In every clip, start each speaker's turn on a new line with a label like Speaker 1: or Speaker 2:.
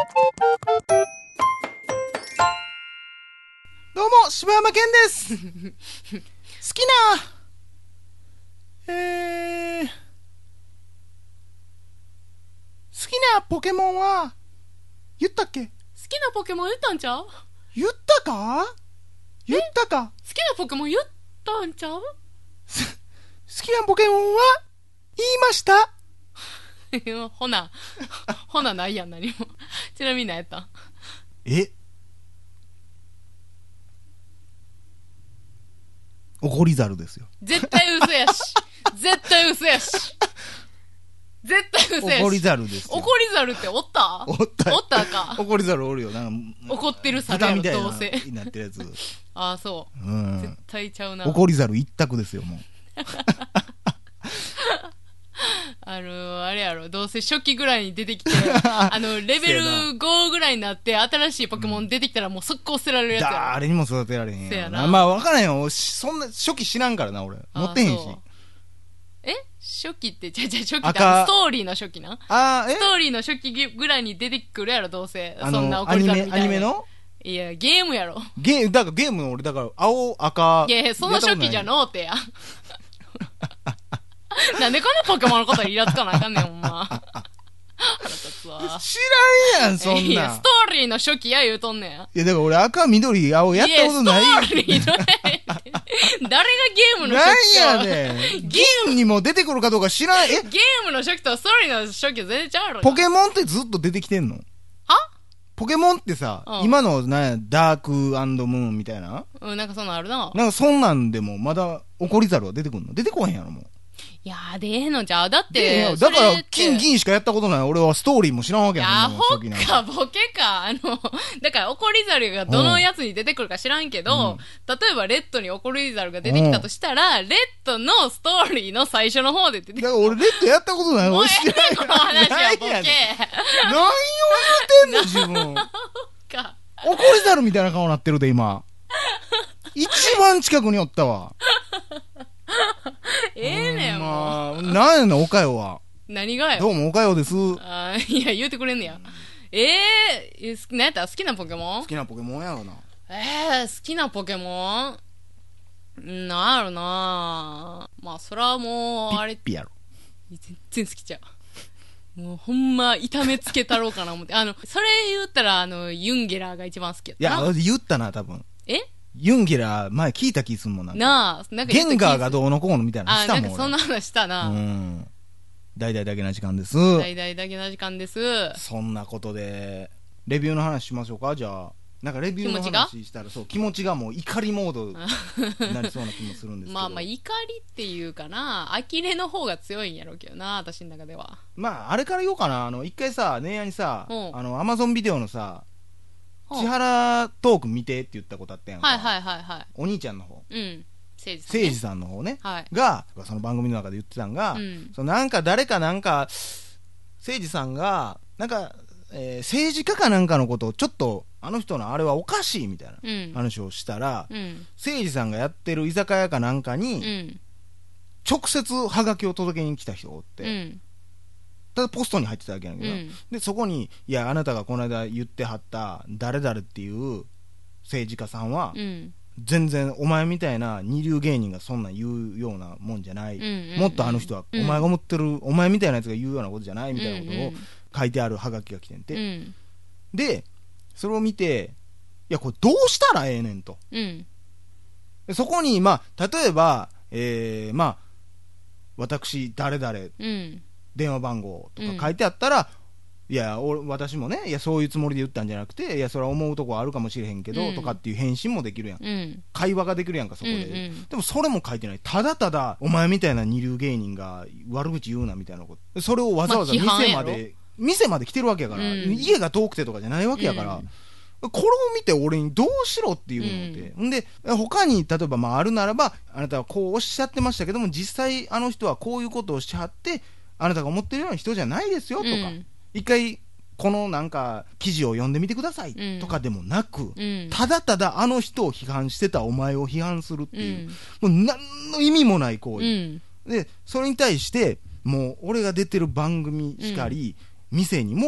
Speaker 1: どうも柴山健です好きなポケモンは言ったっけ？
Speaker 2: 好きなポケモン言ったんちゃう？
Speaker 1: 言ったか？言ったか？
Speaker 2: 好きなポケモン言ったんちゃう？
Speaker 1: 好きなポケモンは言いました
Speaker 2: ほなないやん何もちなみに何やったん？
Speaker 1: 怒りざるですよ。
Speaker 2: 絶対嘘やし絶対嘘やし絶対嘘やし。
Speaker 1: 怒りざるですよ。
Speaker 2: 怒りざるっておった？
Speaker 1: おった
Speaker 2: か。
Speaker 1: 怒りざるおるよ。なんか
Speaker 2: 怒ってる猿やろどうせ。
Speaker 1: 豚みたいになってるやつ
Speaker 2: ああそう、絶対ちゃうな。
Speaker 1: 怒りざる一択ですよもう
Speaker 2: あれやろ、どうせ初期ぐらいに出てきてレベル5ぐらいになって新しいポケモン出てきたらもう速攻捨てられるやつやろ。
Speaker 1: 誰にも育てられへん
Speaker 2: やな。
Speaker 1: まあ分からへんよ。そんな初期知らんからな俺。持ってへんし。
Speaker 2: 初期って初期ってストーリーの初期な。ストーリーの初期ぐらいに出てくるやろどうせ。そんな怒りざるみたいな。
Speaker 1: アニメの？
Speaker 2: いやゲームやろ。
Speaker 1: だからゲームの俺だから青赤。
Speaker 2: いやその初期じゃのうてやなんでこのポケモンのことイラつかなあかんねんほんま腹立つわ。
Speaker 1: 知らんやんそんなん。いや
Speaker 2: ストーリーの初期や言うとんねん。
Speaker 1: いやだから俺赤緑青やったことない。
Speaker 2: いやストーリーの誰がゲームの初期
Speaker 1: なんやねん。ゲームにも出てくるかどうか知らん。
Speaker 2: ゲームの初期とストーリーの初期は全然ちゃうやろ。
Speaker 1: ポケモンってずっと出てきてんの？
Speaker 2: は？
Speaker 1: ポケモンってさ、今のダーク&ムーンみたいな、
Speaker 2: なんかそんなんあるな。
Speaker 1: なんかそんなんでもまだ怒りざるは出てくんの？出てこへんやろもう。
Speaker 2: いやー出えへんのじゃう。だって
Speaker 1: だから金銀しかやったことない俺はストーリーも知らんわけやん。
Speaker 2: いやほっかボケか。だから怒りざるがどのやつに出てくるか知らんけど、例えばレッドに怒りざるが出てきたとしたら、レッドのストーリーの最初の方で出てくる。
Speaker 1: だから俺レッドやったことない。俺知らん。
Speaker 2: この話はボケ。
Speaker 1: 何を言うてんの自分。怒りざるみたいな顔なってるで今。一番近くにおったわ。
Speaker 2: ねんも
Speaker 1: う。なんやねんおかよは。
Speaker 2: 何がよ。
Speaker 1: どうもおかよです。
Speaker 2: いや言うてくれんねや。何やった？好きなポケモン？
Speaker 1: 好きなポケモンやろな。
Speaker 2: 好きなポケモンなんやろな。まあそれはもうあれ
Speaker 1: ピッピやろ。
Speaker 2: 全然好きちゃう。もうほんま痛めつけたろうかな思って。それ言ったらユンゲラーが一番好きやったな。
Speaker 1: いや言ったな多分。ユンゲラー前聞いた気すんもんな。
Speaker 2: なんか
Speaker 1: ゲンガーがどうのこうのみたいなしたもん。
Speaker 2: なんかそんな話したな。
Speaker 1: 大々だけな時間です。
Speaker 2: 大々だけな時間です。
Speaker 1: そんなことでレビューの話しましょうか。じゃあなんかレビューの話したらそう気持ちがもう怒りモードになりそうな気もするんですけど
Speaker 2: まあ怒りっていうかな、呆れの方が強いんやろうけどな私の中では。
Speaker 1: まああれから言おうかな。一回さ姉やにさアマゾンビデオのさ千原トーク見てって言ったことあったやんか。
Speaker 2: はい
Speaker 1: お兄ちゃんの方
Speaker 2: 誠
Speaker 1: 司さんの方ね、がその番組の中で言ってたんが、なんか誰かなんか誠司さんがなんか、政治家かなんかのことをちょっとあの人のあれはおかしいみたいな話をしたら、誠司さんがやってる居酒屋かなんかに、直接ハガキを届けに来た人おって、ただポストに入ってたわけやけど、でそこにいやあなたがこの間言ってはった誰々っていう政治家さんは、全然お前みたいな二流芸人がそんなん言うようなもんじゃない、もっとあの人はお前が思ってる、お前みたいなやつが言うようなことじゃないみたいなことを書いてあるハガキが来てんて、でそれを見ていやこれどうしたらええねんと、そこにまあ例えば、まあ私誰々、電話番号とか書いてあったら、いや私もねいやそういうつもりで言ったんじゃなくていやそれは思うとこあるかもしれへんけど、とかっていう返信もできるやん、会話ができるやんかそこで、でもそれも書いてない。ただただお前みたいな二流芸人が悪口言うなみたいなこと、それをわざわざ店まで来てるわけやから、家が遠くてとかじゃないわけやから、これを見て俺にどうしろっていうので、で他に例えばあるならばあなたはこうおっしゃってましたけども実際あの人はこういうことをしはってあなたが思ってるような人じゃないですよとか、一回このなんか記事を読んでみてくださいとかでもなく、ただただあの人を批判してたお前を批判するっていう、もう何の意味もない行為、でそれに対してもう俺が出てる番組しかり、店にも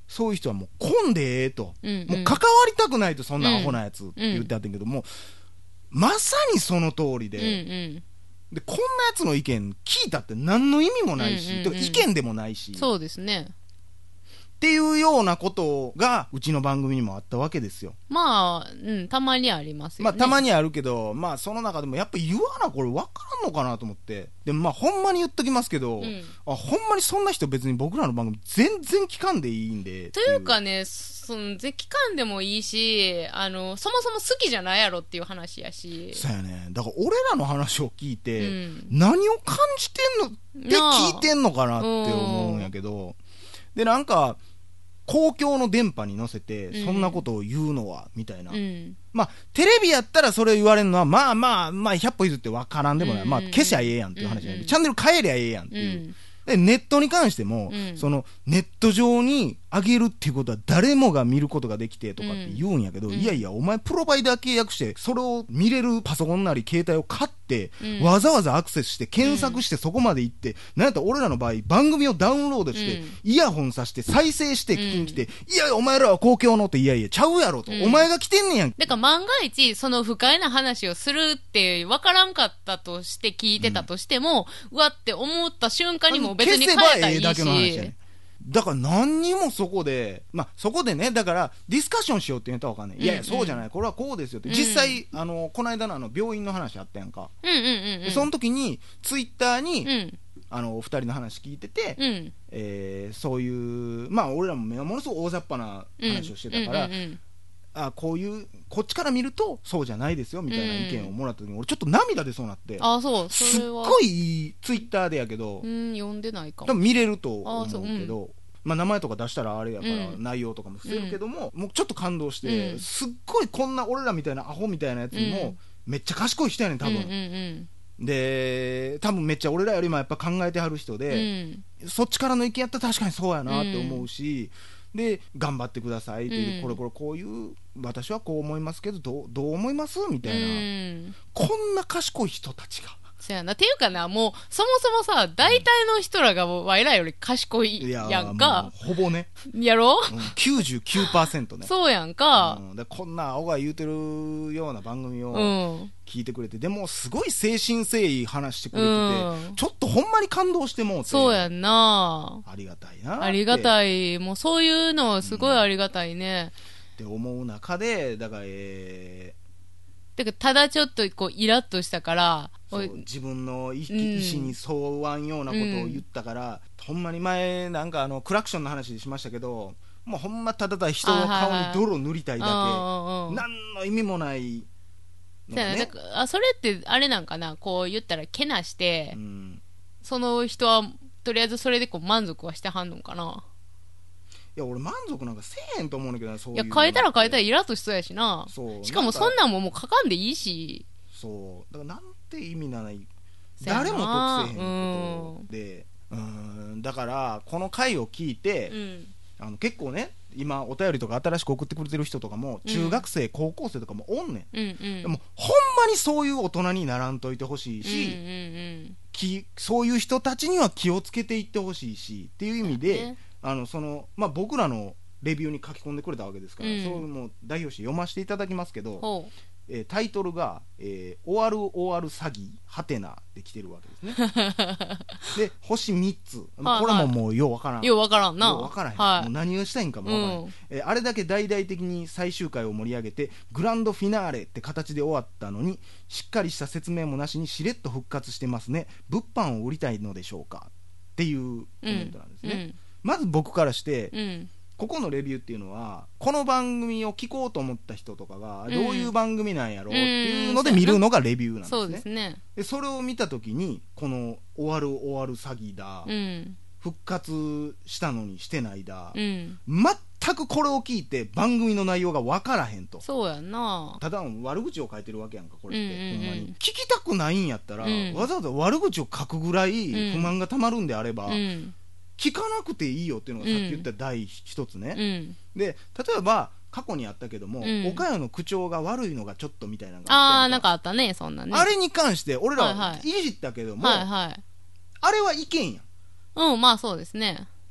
Speaker 1: そういう人はもう来んでええと、
Speaker 2: うんうん、
Speaker 1: もう関わりたくないと、そんなアホなやつって言ってあってんけども、まさにその通りで、
Speaker 2: うんうん、
Speaker 1: でこんなやつの意見聞いたって何の意味もないし、
Speaker 2: うんうんうん、
Speaker 1: 意見でもないし、
Speaker 2: そうですね
Speaker 1: っていうようなことがうちの番組にもあったわけですよ。
Speaker 2: まあ、たまにありますよね。
Speaker 1: まあたまにあるけど、まあその中でもやっぱ言わなこれ分からんのかなと思って、でもまあほんまに言っときますけど、ほんまにそんな人別に僕らの番組全然聞かんでいいんで。
Speaker 2: というかね、その聞かんでもいいし、そもそも好きじゃないやろっていう話やし。
Speaker 1: そうやね。だから俺らの話を聞いて、何を感じてんのって聞いてんのかなって思うんやけど、でなんか公共の電波に乗せてそんなことを言うのは、みたいな、まあテレビやったらそれ言われるのはまあ100歩譲って分からんでもない、まあ消しゃええやんっていう話じゃないけど、チャンネル変えりゃええやんっていう、でネットに関しても、そのネット上に上げるっていうことは誰もが見ることができてとかって言うんやけど、いやいやお前プロバイダー契約してそれを見れるパソコンなり携帯を買って、わざわざアクセスして検索してそこまで行って、なんやったら俺らの場合番組をダウンロードして、イヤホンさして再生して聞きに来て、いやお前らは公共のって、いやいやちゃうやろと、お前が来てんねんやん。
Speaker 2: だから万が一その不快な話をするって分からんかったとして聞いてたとしても、うわって思った瞬間にも別に変えたらいいし、
Speaker 1: だけの話やね。だから何にもそこで、まあそこでね、だからディスカッションしようって言ったらわかんない。いやいやそうじゃない、これはこうですよって、実際この間の病院の話あったやんか。でその時にツイッターに、お二人の話聞いてて、そういうまあ俺らもものすごく大雑把な話をしてたから、こういうこっちから見るとそうじゃないですよみたいな意見をもらった時に、俺ちょっと涙出そうになって、すっごいいいツイッターでやけど、
Speaker 2: 読んでないかも。
Speaker 1: 多分見れると思うけど、まあ名前とか出したらあれやから内容とかも伏せるけども、もうちょっと感動して、すっごいこんな俺らみたいなアホみたいなやつにもめっちゃ賢い人やねん多分。で多分めっちゃ俺らよりもやっぱ考えてはる人で、そっちからの意見やったら確かにそうやなって思うし、で頑張ってくださいっていう、これこういう私はこう思いますけどどう思いますみたいな、こんな賢い人たちが。
Speaker 2: そうやな。っていうかな、もうそもそもさ、大体の人らがわいらより賢いやんか。
Speaker 1: ほぼね。
Speaker 2: やろ、
Speaker 1: 99% ね。
Speaker 2: そうやんか。
Speaker 1: でこんな青が言うてるような番組を聞いてくれて、でもすごい誠心誠意話してくれてて、ちょっとほんまに感動してもうて。
Speaker 2: そうやんな。
Speaker 1: ありがたいな。
Speaker 2: ありがたい。もうそういうのすごいありがたいね。
Speaker 1: って思う中で、だから
Speaker 2: だからただちょっとこうイラッとしたから、
Speaker 1: 自分の意思に沿わんようなことを言ったから、ほんまに前なんかクラクションの話しましたけど、もうほんまただ人の顔に泥塗りたいだけ、何の意味もないのがね。
Speaker 2: それってあれなんかな、こう言ったらけなして、その人はとりあえずそれでこう満足はしてはんのかな。
Speaker 1: いや俺満足なんかせえへんと思うんだけどな、そういう。
Speaker 2: いや変えたらイラッとしそうやしな。しかもそんなんもう書かんでいいし。
Speaker 1: そうだからなんて意味ない、誰も得せえへんことで、だからこの回を聞いて、結構ね今お便りとか新しく送ってくれてる人とかも中学生、高校生とかもおんねん、でもほんまにそういう大人にならんといてほしいし、そういう人たちには気をつけていってほしいしっていう意味で、まあ、僕らのレビューに書き込んでくれたわけですから、そういうもう代表して読ませていただきますけど、タイトルが、終わる詐欺はてなで来てるわけですねで星3つ、これももうようわからん、
Speaker 2: ようわからんな、
Speaker 1: ようわからへん、もう何をしたいんかもわからへん、あれだけ大々的に最終回を盛り上げてグランドフィナーレって形で終わったのに、しっかりした説明もなしにしれっと復活してますね。物販を売りたいのでしょうかっていうコメントなんですね、まず僕からして、ここのレビューっていうのはこの番組を聞こうと思った人とかがどういう番組なんやろうっていうので見るのがレビューなんですね。
Speaker 2: そうですね。
Speaker 1: でそれを見た時にこの終わる詐欺だ、復活したのにしてないだ、全くこれを聞いて番組の内容が分からへんと。
Speaker 2: そうやな。
Speaker 1: ただ悪口を書いてるわけやんかこれって、ほんまに聞きたくないんやったら、わざわざ悪口を書くぐらい不満がたまるんであれば、聞かなくていいよっていうのがさっき言った第一つね、で例えば過去にあったけども、岡谷の口調が悪いのがちょっとみたいなのが
Speaker 2: なんかあったね、そんなね。
Speaker 1: あれに関して俺らいじったけども、あれは意見やん。
Speaker 2: まあそうですね。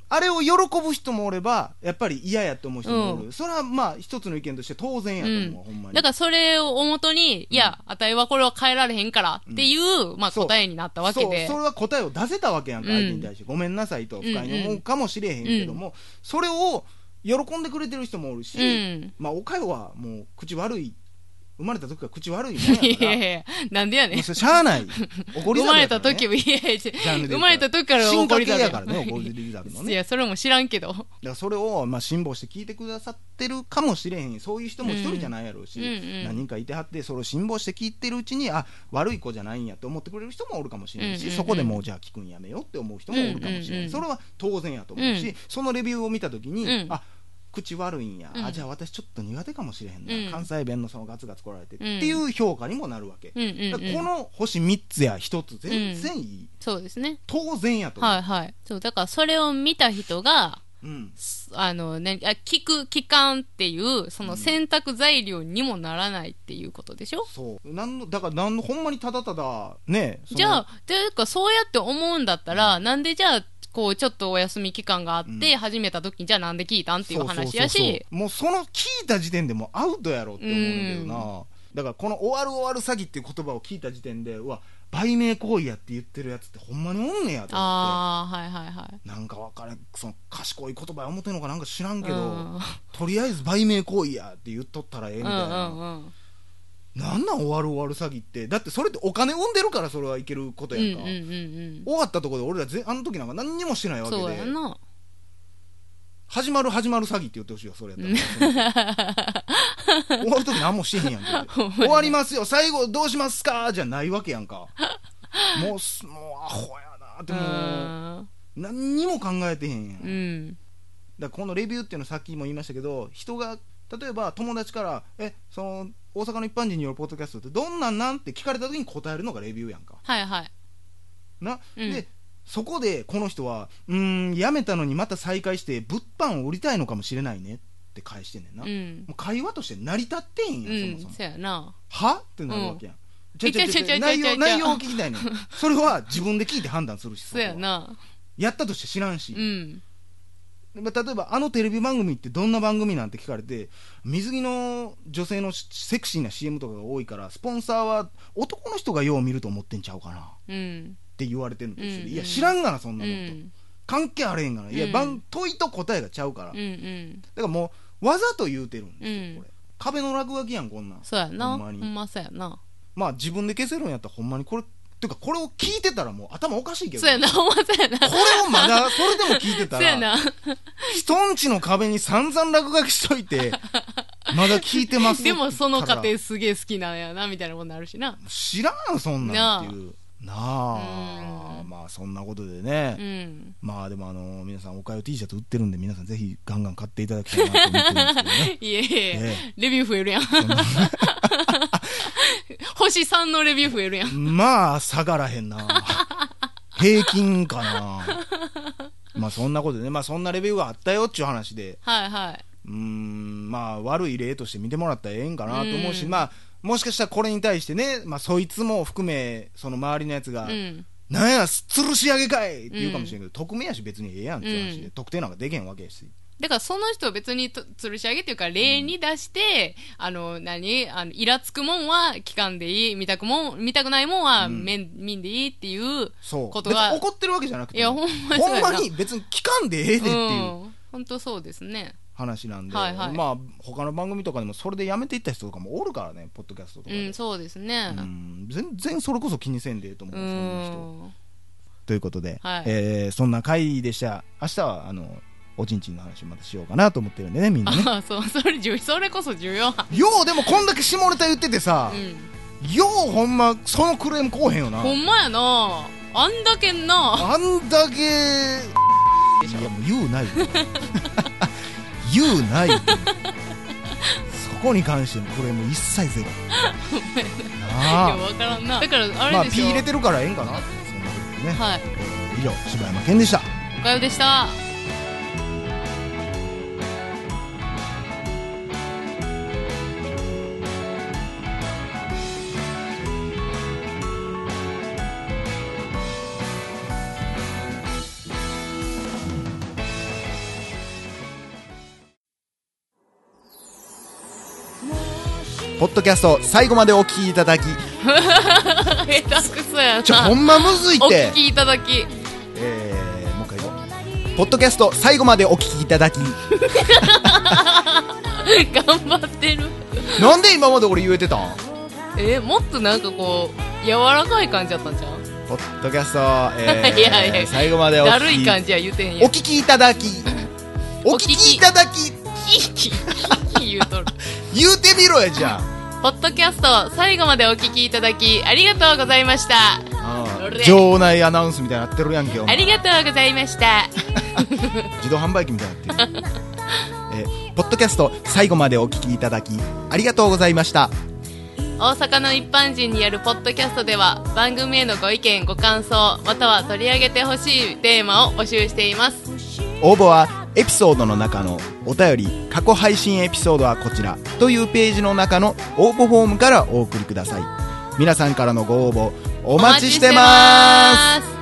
Speaker 1: あれを喜ぶ人もおればやっぱり嫌やと思う人もおる、それはまあ一つの意見として当然やと思う、ほんまに。
Speaker 2: だからそれをおもとに、いや、あたいはこれは変えられへんからっていう、まあ答えになったわけで。
Speaker 1: それは答えを出せたわけやんか、相手に対して。ごめんなさいと不快に思うかもしれへんけども、それを喜んでくれてる人もおるし、まあおかよはもう口悪い。生まれた時から口悪いもんやから。
Speaker 2: いやいやなんでやねん。
Speaker 1: しゃあない。怒り
Speaker 2: 生まれた時は、いやいや、生まれた時から怒りだ
Speaker 1: やからね、怒りだのね。
Speaker 2: いや、それも知らんけど。だか
Speaker 1: らそれを、まあ、辛抱して聞いてくださってるかもしれへん。そういう人も一人じゃないやろうし、何人かいてはって、それを辛抱して聞いてるうちに、あ、悪い子じゃないんやと思ってくれる人もおるかもしれんし、そこでもうじゃあ聞くんやめようって思う人もおるかもしれん。それは当然やと思うし、そのレビューを見た時に、あ、口悪いんや、じゃあ私ちょっと苦手かもしれへんな、関西弁のそのガツガツ来られて、っていう評価にもなるわけ、この星3つや1つ全然いい、
Speaker 2: そうですね、
Speaker 1: 当然やと思う。
Speaker 2: はいはい。そうだからそれを見た人が、聞かんっていうその選択材料にもならないっていうことでしょ。
Speaker 1: そうだからほんまにただただね。
Speaker 2: じゃあというかそうやって思うんだったら、なんでじゃあこうちょっとお休み期間があって始めた時に、じゃあなんで聞いたんっていう話やし、
Speaker 1: もうその聞いた時点でもうアウトやろって思うんだけどな。だからこの終わる詐欺っていう言葉を聞いた時点で、うわ売名行為やって言ってるやつってほんまにおんねやと思って、
Speaker 2: はいはいはい、なん
Speaker 1: か分かれその賢い言葉思ってんのかなんか知らんけど、とりあえず売名行為やって言っとったらええみたいな、なん終わる詐欺って。だってそれってお金生んでるからそれはいけることやんか、終わったところで俺らあの時なんか何にもしてないわけで、
Speaker 2: そうやな、
Speaker 1: 始まる詐欺って言ってほしいよ、それやったら終わる時何もしてへんやんけ終わりますよ最後どうしますかじゃないわけやんかもうアホやなってもう何にも考えてへんやん、だからこのレビューっていうのさっきも言いましたけど、人が例えば友達からその大阪の一般人によるポッドキャストってどんなんって聞かれた時に答えるのがレビューやんか。
Speaker 2: はいはい。
Speaker 1: な、でそこでこの人は辞めたのにまた再開して物販を売りたいのかもしれないねって返してんねんな、もう会話として成り立ってんや、そもそも。
Speaker 2: そうやな。
Speaker 1: はってなるわけやん。内容を聞きたいねんそれは自分で聞いて判断するし、
Speaker 2: そうやな。
Speaker 1: やったとして知らんし、例えばあのテレビ番組ってどんな番組なんて聞かれて、水着の女性のセクシーな CM とかが多いからスポンサーは男の人がよう見ると思ってんちゃうかな、って言われてるのと一緒で、いや知らんがなそんなのと、関係あれへんがな、いや問いと答えがちゃうから、だからもうわざと言うてるんですよ、これ壁の落書きやんこんなん。
Speaker 2: そうやな、ほんまそうやな。
Speaker 1: まあ自分で消せるんやったらほんまにこれてかこれを聞いてたらもう頭おかしいけど、
Speaker 2: そうやな、ほんまそうやな。
Speaker 1: これをまだそれでも聞いてたら、そうやな、人んちの壁に散々落書きしといてまだ聞いてます
Speaker 2: でもその家庭すげえ好きなんやなみたいなことになるしな。
Speaker 1: 知らんそんなんっていうなあ、まあそんなことでね、まあでも皆さんおかよ T シャツ売ってるんで皆さんぜひガンガン買っていただきたいなと思ってるんですけどね
Speaker 2: いえレビュー増えるやん星3のレビュー増えるやん
Speaker 1: まあ下がらへんな平均かなまあそんなことでね、まあそんなレビューがあったよっちゅう話で、
Speaker 2: はいはい、
Speaker 1: まあ悪い例として見てもらったらええんかなと思うし、まあもしかしたらこれに対してね、まあそいつも含めその周りのやつが、なんや吊るし上げかいって言うかもしれんけど、匿名やし別にええやんっていう話で、特定なんかできへんわけやし、
Speaker 2: だからその人を別に吊るし上げっていうか例に出して、イラつくもんは聞かんでいい、見たくないもんは見んでいいっていうことが、
Speaker 1: 別に怒ってるわけじゃなくて、
Speaker 2: いやほん
Speaker 1: まに別に聞かんでええでっていう
Speaker 2: 本当そうですね
Speaker 1: 話なんで、
Speaker 2: はいはい、
Speaker 1: まあ他の番組とかでもそれでやめていった人とかもおるからね、ポッドキャストとかで、
Speaker 2: そうですね、
Speaker 1: 全然それこそ気にせんでええと思う、そんな人ということで、そんな回でした。明日はおちんちんの話またしようかなと思ってるんでね、みんなね。
Speaker 2: それこそ重要。よ
Speaker 1: うでもこんだけ下ネタ言っててさ、ようほんまそのクレームこうへんよな。
Speaker 2: ほんまやな、あんだけんな、
Speaker 1: あんだけいやもう言うない言うないそこに関してのクレーム一切ゼロ
Speaker 2: いや分からんな。だからあれでしょ、
Speaker 1: まあピー入れてるからええんかな、そんなことでね。
Speaker 2: はい、
Speaker 1: 以上柴山健でした。
Speaker 2: おかよでした。
Speaker 1: ポッドキャスト最後までお聞きいただき
Speaker 2: 下手くそやな。
Speaker 1: ほんまむずいって。
Speaker 2: お聞きいただき、
Speaker 1: もう一回行こう。ポッドキャスト最後までお聞きいただき
Speaker 2: 頑張ってる。
Speaker 1: なんで今まで俺言えてたん？
Speaker 2: もっとなんかこう柔らかい感じだったんじゃん。
Speaker 1: ポッドキャスト、
Speaker 2: いやいや
Speaker 1: 最後までお
Speaker 2: だる
Speaker 1: 聞き
Speaker 2: い感じは言うてんや。
Speaker 1: お聞きいただきお聞きいただき
Speaker 2: キー言うとる。
Speaker 1: 言うてみろやじゃ
Speaker 2: ポッドキャスト最後までお聞きいただきありがとうございました。
Speaker 1: 場内アナウンスみたいになってるやんけ。
Speaker 2: ありがとうございました
Speaker 1: 自動販売機みたいになってるポッドキャスト最後までお聞きいただきありがとうございました。
Speaker 2: 大阪の一般人によるポッドキャストでは番組へのご意見ご感想または取り上げてほしいテーマを募集しています。
Speaker 1: 応募はエピソードの中のお便り過去配信エピソードはこちらというページの中の応募フォームからお送りください。皆さんからのご応募お待ちしてます。